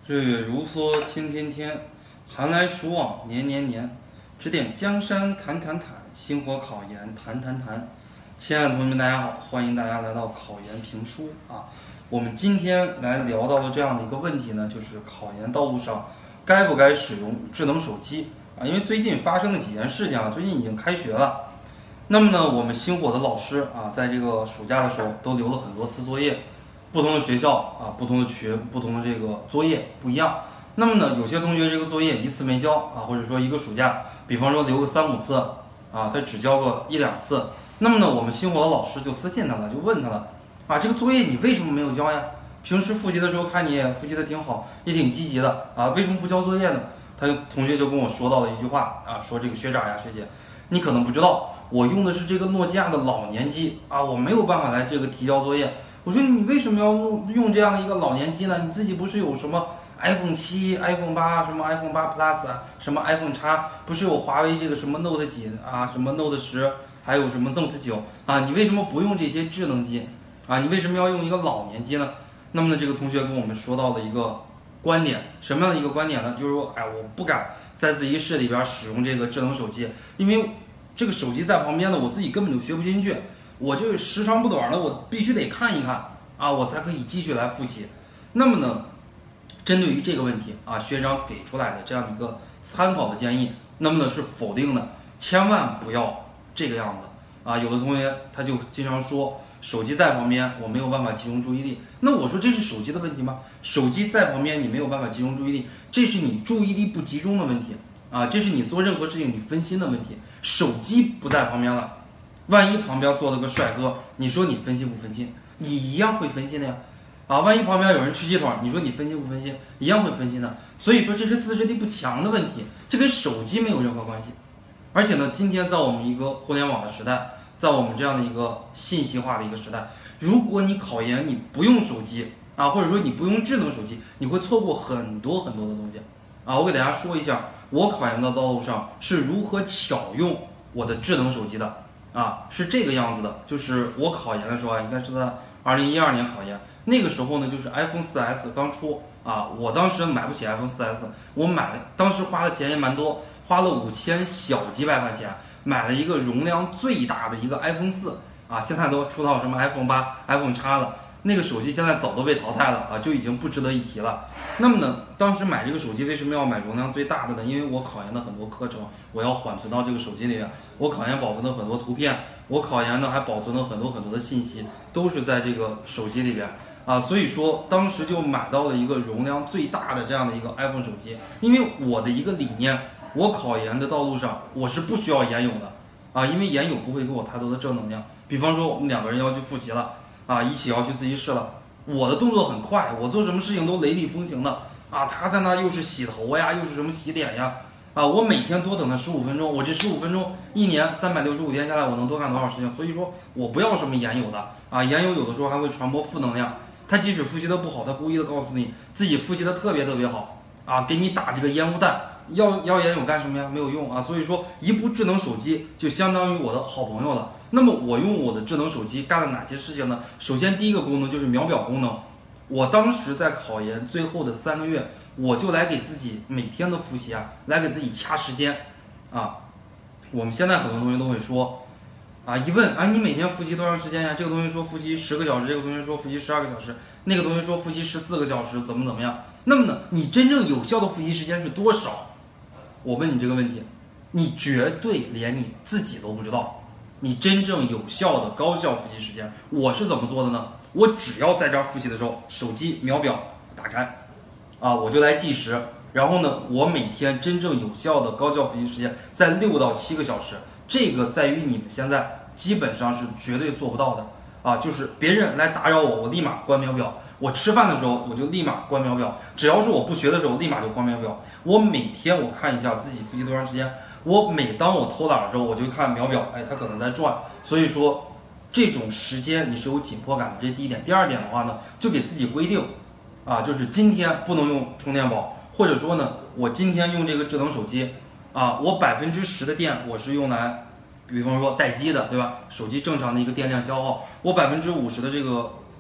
日月如梭，天天天，寒来暑往，年年年。指点江山，侃侃侃，星火考研，谈谈谈。亲爱的同学们，大家好，欢迎大家来到考研评书啊。我们今天来聊到的这样的一个问题呢，就是考研道路上该不该使用智能手机啊？因为最近发生了几件事情啊，最近已经开学了。那么呢，我们星火的老师啊，在这个暑假的时候都留了很多次作业。不同的学校啊，不同的群，不同的这个作业不一样。那么呢，有些同学这个作业一次没交啊，或者说一个暑假，比方说留个3、5次啊，他只交个1、2次。那么呢，我们星火的老师就私信他了，就问他了啊，这个作业你为什么没有交呀？平时复习的时候看你也复习的挺好，也挺积极的啊，为什么不交作业呢？同学就跟我说到了一句话啊，说这个学长呀学姐，你可能不知道，我用的是这个诺基亚的老年机啊，我没有办法来这个提交作业。我说你为什么要用这样的一个老年机呢？你自己不是有什么 iPhone 7、iPhone 8、什么 iPhone 8 Plus 啊，什么 iPhone X，不是有华为这个什么 Note 几啊，什么 Note 10，还有什么 Note 9啊？你为什么不用这些智能机啊？你为什么要用一个老年机呢？那么呢，这个同学跟我们说到了一个观点，什么样的一个观点呢？就是说，哎，我不敢在自习室里边使用这个智能手机，因为这个手机在旁边呢，我自己根本就学不进去。我就时长不短了，我必须得看一看啊，我才可以继续来复习。那么呢，针对于这个问题啊，学长给出来的这样一个参考的建议，那么呢是否定的，千万不要这个样子啊。有的同学他就经常说，手机在旁边，我没有办法集中注意力。那我说这是手机的问题吗？手机在旁边，你没有办法集中注意力，这是你注意力不集中的问题啊，这是你做任何事情你分心的问题。手机不在旁边了。万一旁边坐了个帅哥，你说你分心不分心？你一样会分心的呀，啊！万一旁边有人吃鸡腿，你说你分心不分心？一样会分心的。所以说这是自制力不强的问题，这跟手机没有任何关系。而且呢，今天在我们一个互联网的时代，在我们这样的一个信息化的一个时代，如果你考研你不用手机啊，或者说你不用智能手机，你会错过很多很多的东西啊！我给大家说一下，我考研的道路上是如何巧用我的智能手机的。啊，是这个样子的，就是我考研的时候啊，应该是在2012年考研，那个时候呢，就是 iPhone 4S 刚出啊，我当时买不起 iPhone 4S，我当时花的钱也蛮多，花了5000小几百块钱，买了一个容量最大的一个 iPhone 4啊，现在都出到什么 iPhone 8、iPhone X 了。那个手机现在早都被淘汰了啊，就已经不值得一提了。那么呢，当时买这个手机为什么要买容量最大的呢？因为我考研的很多课程我要缓存到这个手机里面，我考研保存的很多图片，我考研呢还保存了很多的信息，都是在这个手机里边啊。所以说当时就买到了一个容量最大的这样的一个 iPhone 手机。因为我的一个理念，我考研的道路上我是不需要研友的啊，因为研友不会给我太多的正能量。比方说我们2个人要去复习了。啊，一起要去自习室了。我的动作很快，我做什么事情都雷厉风行的啊。他在那又是洗头呀，又是什么洗脸呀，啊，我每天多等他15分钟，我这15分钟1年365天下来，我能多干多少事情？所以说我不要什么研友的啊，研友有的时候还会传播负能量。他即使复习的不好，他故意的告诉你自己复习的特别好啊，给你打这个烟雾弹。要研友干什么呀？没有用啊！所以说，一部智能手机就相当于我的好朋友了。那么，我用我的智能手机干了哪些事情呢？首先，第一个功能就是秒表功能。我当时在考研最后的3个月，我就来给自己每天的复习啊，来给自己掐时间啊。我们现在很多同学都会说，啊，一问啊，你每天复习多长时间呀？这个同学说复习10个小时，这个同学说复习12个小时，那个同学说复习14个小时，怎么样？那么呢，你真正有效的复习时间是多少？我问你这个问题，你绝对连你自己都不知道。你真正有效的高效复习时间，我是怎么做的呢？我只要在这儿复习的时候，手机秒表打开，啊，我就来计时。然后呢，我每天真正有效的高效复习时间在6到7个小时。这个在于你们现在基本上是绝对做不到的啊！就是别人来打扰我，我立马关秒表。我吃饭的时候我就立马关秒表，只要是我不学的时候，立马就关秒表。我每天我看一下自己复习多长时间，我每当我偷懒的时候，我就看秒表，哎，它可能在转。所以说，这种时间你是有紧迫感的，这是第一点。第二点的话呢，就给自己规定，啊，就是今天不能用充电宝，或者说呢，我今天用这个智能手机，啊，我10%的电我是用来。比方说待机的，对吧？手机正常的一个电量消耗，我50%的这个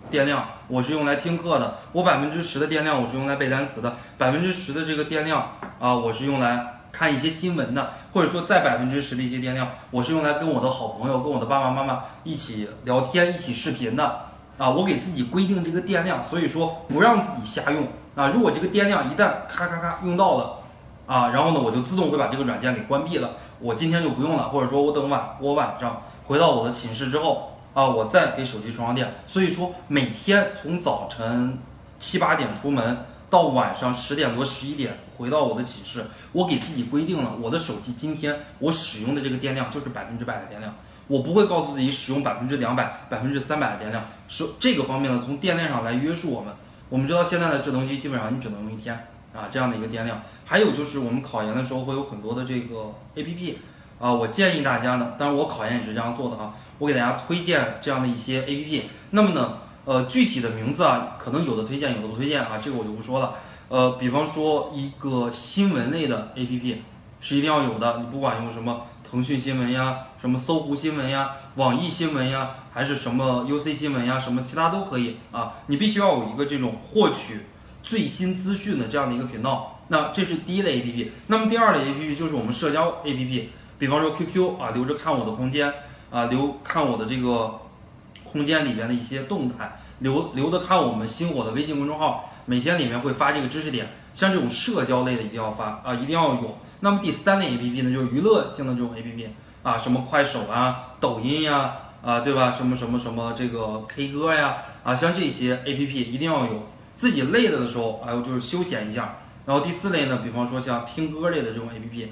电量我是用来听课的，我10%的电量我是用来背单词的，10%的这个电量我是用来看一些新闻的，或者说再10%的一些电量，我是用来跟我的好朋友、跟我的爸爸妈妈一起聊天、一起视频的我给自己规定这个电量，所以说不让自己瞎用如果这个电量一旦咔咔咔用到了然后呢，我就自动会把这个软件给关闭了，我今天就不用了，或者说我等我晚上回到我的寝室之后我再给手机充上电。所以说每天从早晨7、8点出门，到晚上10点多11点回到我的寝室，我给自己规定了，我的手机今天我使用的这个电量就是100%的电量，我不会告诉自己使用200%、300%的电量。这个方面呢，从电量上来约束我们。我们知道现在的智能机基本上你只能用1天这样的一个电量。还有就是我们考研的时候会有很多的这个 APP我建议大家呢，当然我考研也是这样做的我给大家推荐这样的一些 APP。那么呢具体的名字可能有的推荐有的不推荐这个我就不说了。比方说一个新闻类的 APP 是一定要有的，你不管用什么腾讯新闻呀、什么搜狐新闻呀、网易新闻呀，还是什么 UC 新闻呀，什么其他都可以你必须要有一个这种获取最新资讯的这样的一个频道。那这是第一类 APP。那么第二类 APP 就是我们社交 APP， 比方说 QQ 留着看我的空间看我的这个空间里边的一些动态，留着看我们星火的微信公众号，每天里面会发这个知识点。像这种社交类的一定要发一定要有。那么第三类 APP 呢，就是娱乐性的这种 APP什么快手抖音呀对吧？什么这个 K 歌呀像这些 APP 一定要有。自己累了的时候就是休闲一下。然后第四类呢，比方说像听歌类的这种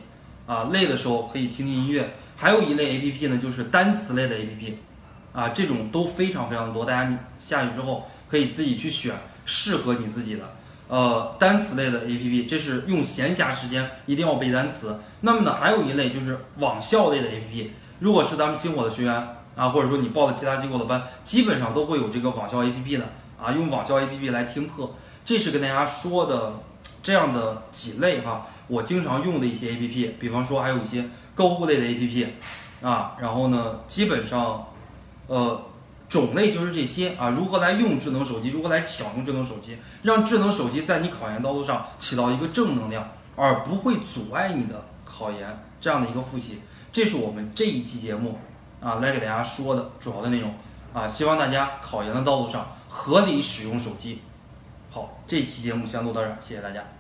APP累的时候可以听听音乐。还有一类 APP 呢，就是单词类的 APP这种都非常非常多，大家下去之后可以自己去选适合你自己的单词类的 APP， 这是用闲暇时间一定要背单词。那么呢，还有一类就是网校类的 APP， 如果是咱们星火的学员或者说你报的其他机构的班，基本上都会有这个网校 APP 的用网校 APP 来听课。这是跟大家说的这样的几类我经常用的一些 APP。比方说还有一些购物类的 APP然后呢基本上种类就是这些如何来用智能手机，如何来抢用智能手机，让智能手机在你考研道路上起到一个正能量，而不会阻碍你的考研这样的一个复习。这是我们这一期节目来给大家说的主要的内容希望大家考研的道路上合理使用手机。好，这期节目先录到这儿，谢谢大家。